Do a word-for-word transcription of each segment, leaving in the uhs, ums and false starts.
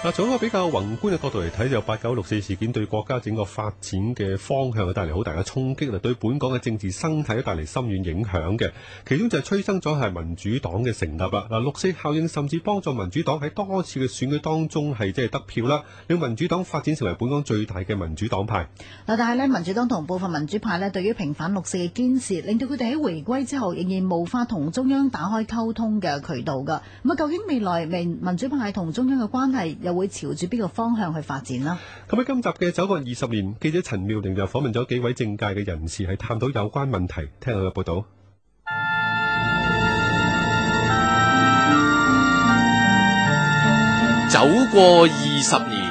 嗱，從一個比較宏觀嘅角度嚟睇，就八九六四事件對國家整個發展嘅方向帶嚟好大嘅衝擊啦，對本港嘅政治生態都帶嚟深遠影響嘅。其中就係催生咗係民主黨嘅成立啦。嗱，六四效應甚至幫助民主黨喺多次嘅選舉當中係即係得票啦，令民主黨發展成為本港最大嘅民主黨派。 嗱，但係咧，民主黨同部分民主派咧，對於平反六四嘅堅持，令到佢哋喺回歸之後仍然無法同中央打開溝通嘅渠道㗎。咁啊，究竟未來民民主派同中央嘅關係又會朝住邊個方向去發展啦？ 咁喺今集嘅走過二十年，記者陳妙玲就訪問咗幾位政界嘅人士，係探討有關問題。聽下佢嘅報道。 走過二十年。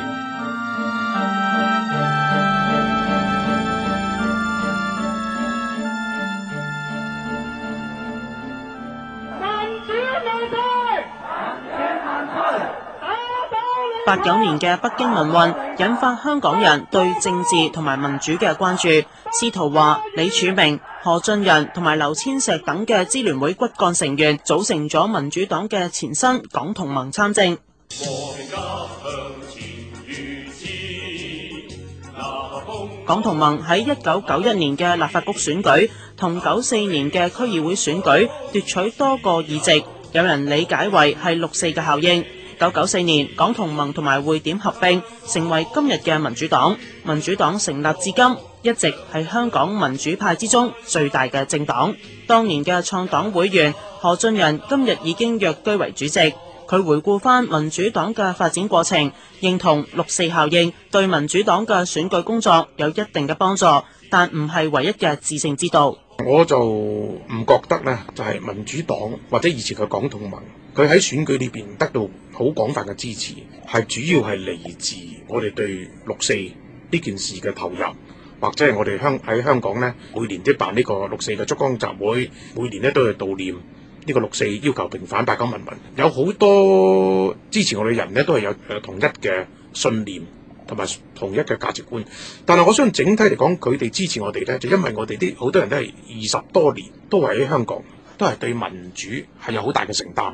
八九年嘅北京民運引發香港人對政治同埋民主嘅關注。司徒華、李柱銘、何俊仁同埋劉千石等嘅支聯會骨幹成員組成咗民主黨嘅前身港同盟參政。港同盟喺一九九一年嘅立法局選舉同九四年嘅區議會選舉奪取多個議席，有人理解為係六四嘅效應。一九九四年，港同盟同埋匯點合併，成為今日嘅民主黨。民主黨成立至今，一直係香港民主派之中最大嘅政黨。當年嘅創黨會員何俊仁今日已經躍居為主席。佢回顧翻民主黨嘅發展過程，認同六四效應對民主黨嘅選舉工作有一定嘅幫助，但唔係唯一嘅致勝之道。 我就唔覺得呢就係民主黨或者以前嘅港同盟，佢喺選舉裏邊得到好廣泛嘅支持，係主要係嚟自我哋對六四呢件事嘅投入，或者係我哋香喺香港呢每年都辦呢個六四嘅燭光集會，每年呢都係悼念呢個六四，要求平反八九民運，有好多支持我哋人呢都係有誒同一嘅信念同埋同一嘅價值觀，但係我相信整體嚟講，佢哋支持我哋呢，就因為我哋啲好多人都係二十多年都係喺香港，都係對民主係有好大嘅承擔。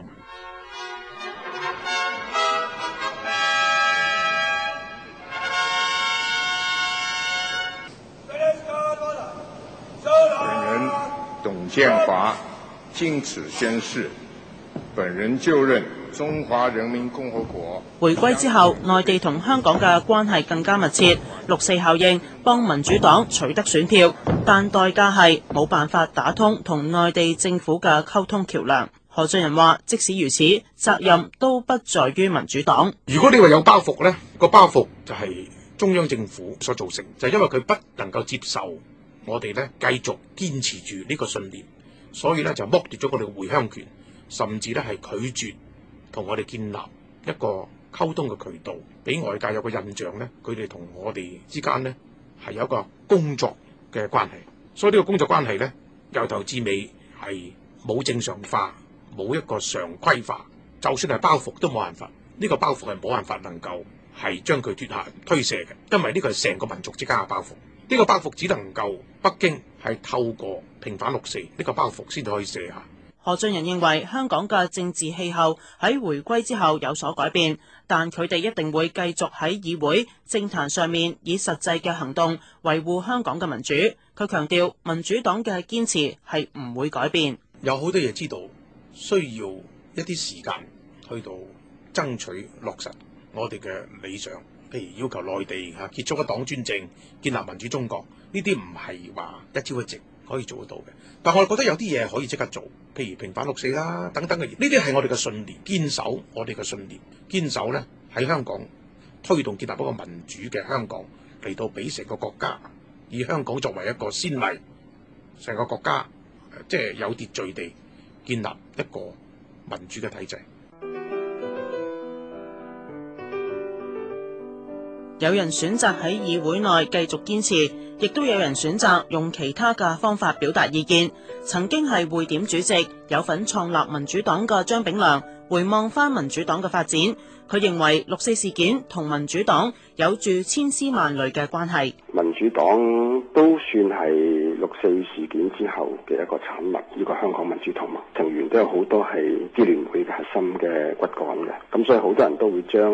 本人董建華經此宣誓，本人就任中華人民共和國。 回歸之後，內地同香港嘅關係更加密切。六四效應幫民主黨取得選票，但代價係冇辦法打通同內地政府嘅溝通橋樑。何俊仁話：即使如此，責任都不在於民主黨。 如果你話有包袱呢，個包袱就係中央政府所造成，就係因為佢不能夠接受我哋呢繼續堅持住呢個信念，所以呢就剝奪咗我哋嘅回鄉權，甚至呢係拒絕同我哋建立一個溝通嘅渠道，俾外界有個印象呢，佢哋同我哋之間呢係有一個工作嘅關係，所以呢個工作關係呢，由頭至尾係冇正常化，冇一個常規化，就算係包袱都冇辦法，呢個包袱係冇辦法能夠係將佢脫下推卸嘅，因為呢個係成個民族之間嘅包袱，呢個包袱只能夠北京係透過平反六四呢個包袱先至可以卸下。 何俊仁認為香港嘅政治氣候喺回歸之後有所改變，但佢哋一定會繼續喺議會、政壇上面以實際嘅行動維護香港嘅民主。佢強調民主黨嘅堅持係唔會改變。 有好多嘢知道需要一啲時間去到爭取落實我哋嘅理想，譬如要求內地嚇結束一黨專政，建立民主中國，呢啲唔係話一朝一夕可以做得到嘅。但我哋覺得有啲嘢可以即刻做，譬如平反六四啦等等嘅嘢，呢啲係我哋嘅信念，堅守我哋嘅信念，堅守呢喺香港推動建立一個民主嘅香港，嚟到俾成個國家以香港作為一個先例，成個國家即係有秩序地建立一個民主嘅體制。 有人選擇喺議會內繼續堅持，亦都有人選擇用其他嘅方法表達意見。曾經係匯點主席，有份創立民主黨嘅張炳良回望翻民主黨嘅發展，佢認為六四事件同民主黨有住千絲萬縷嘅關係。 民主黨都算係六四事件之後嘅一個產物，呢個香港民主同盟成員都有好多係支聯會嘅核心嘅骨幹嘅，咁所以好多人都會將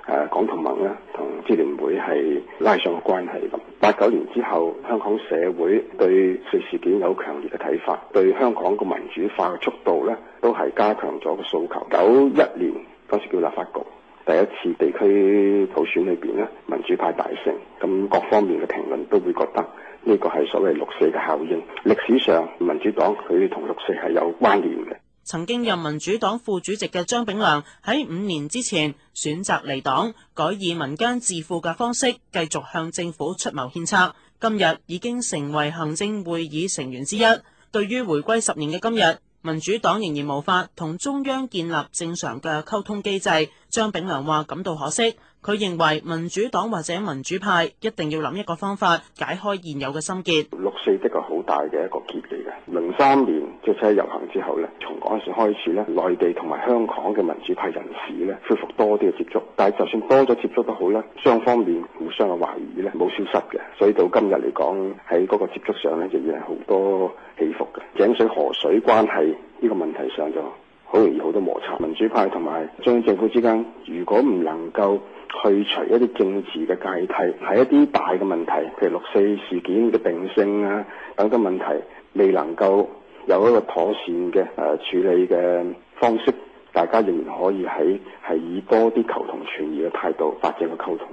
誒港同盟咧同支聯會係拉上個關係咁。八九年之後，香港社會對六四事件有強烈嘅睇法，對香港個民主化嘅速度咧都係加強咗個訴求。九一年嗰時叫立法局第一次地區普選裏邊咧，民主派大勝，咁各方面嘅評論都會覺得呢個係所謂六四嘅效應。歷史上民主黨佢同六四係有關聯嘅。 曾經任民主黨副主席嘅張炳良喺五年之前選擇離黨，改以民間自負嘅方式繼續向政府出謀獻策。今日已經成為行政會議成員之一。對於回歸十年嘅今日，民主黨仍然無法同中央建立正常嘅溝通機制，張炳良話感到可惜。佢認為民主黨或者民主派一定要諗一個方法解開現有嘅心結。 六四的確好大嘅一個結嚟嘅。零三年即係遊行之後咧，從嗰陣時開始咧，內地同埋香港嘅民主派人士咧恢復多啲嘅接觸，但係就算多咗接觸都好啦，雙方面互相嘅懷疑咧冇消失嘅，所以到今日嚟講喺嗰個接觸上咧仍然係好多起伏嘅。井水河水關係呢個問題上就好容易好多摩擦，民主派同埋中央政府之間如果唔能夠去除一啲政治嘅界替，係一啲大嘅問題，譬如六四事件嘅定性啊等等問題，未能夠有一個妥善嘅誒、呃、處理嘅方式，大家仍然可以喺係以多啲求同存異嘅態度發展個溝通。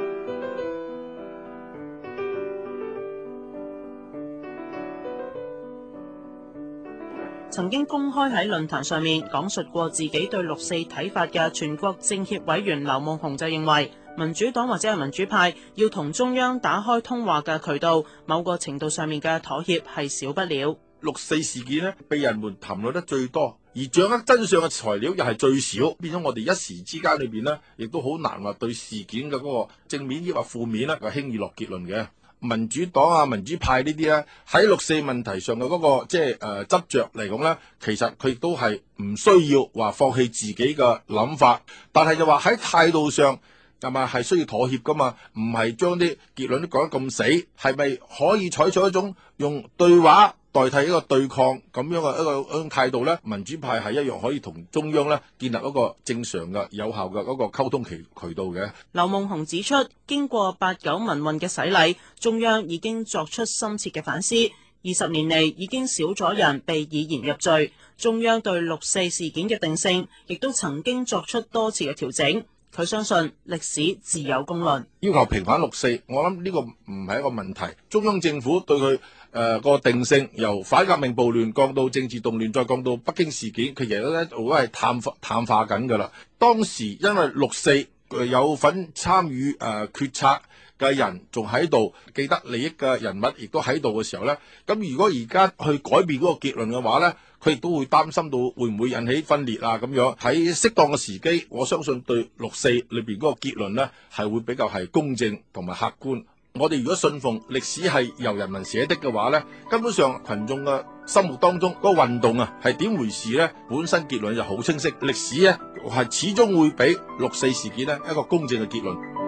曾經公開喺論壇上面講述過自己對六四睇法嘅全國政協委員劉夢熊就認為，民主黨或者係民主派要同中央打開通話嘅渠道，某個程度上面嘅妥協係少不了。 六四事件呢，被人們談論得最多，而掌握真相嘅材料又係最少，變咗我哋一時之間裏邊呢，亦都好難話對事件嘅嗰個正面抑或負面呢，就輕易落結論嘅。民主黨啊、民主派呢啲咧，喺六四問題上嘅嗰、那個即係誒執着嚟講咧，其實佢亦都係唔需要話放棄自己嘅諗法，但係就話喺態度上係咪係需要妥協噶嘛？唔係將啲結論都講得咁死，係咪可以採取一種用對話代替一個對抗咁樣嘅一個一種態度咧？民主派係一樣可以同中央咧建立一個正常嘅有效嘅嗰個溝通渠渠道嘅。 劉夢熊指出，經過八九民運嘅洗禮，中央已經作出深切嘅反思。二十年嚟已經少咗人被以言入罪，中央對六四事件嘅定性亦都曾經作出多次嘅調整。佢相信歷史自有公論， 要求平反六四，我諗呢個唔係一個問題。中央政府對佢誒個定性，由反革命暴亂降到政治動亂，再降到北京事件，佢其實咧都係淡化淡化緊噶啦。當時因為六四有份參與誒、呃、決策嘅人仲喺度，既得利益嘅人物亦都喺度嘅時候咧，咁如果而家去改變嗰個結論嘅話咧，佢亦都會擔心到會唔會引起分裂啊咁樣。喺適當嘅時機，我相信對六四裏邊嗰個結論咧係會比較係公正同埋客觀。我哋如果信奉歷史係由人民寫的嘅話咧，根本上群眾嘅心目當中嗰個運動啊係點回事咧？本身結論就好清晰，歷史咧係始終會俾六四事件咧一個公正嘅結論。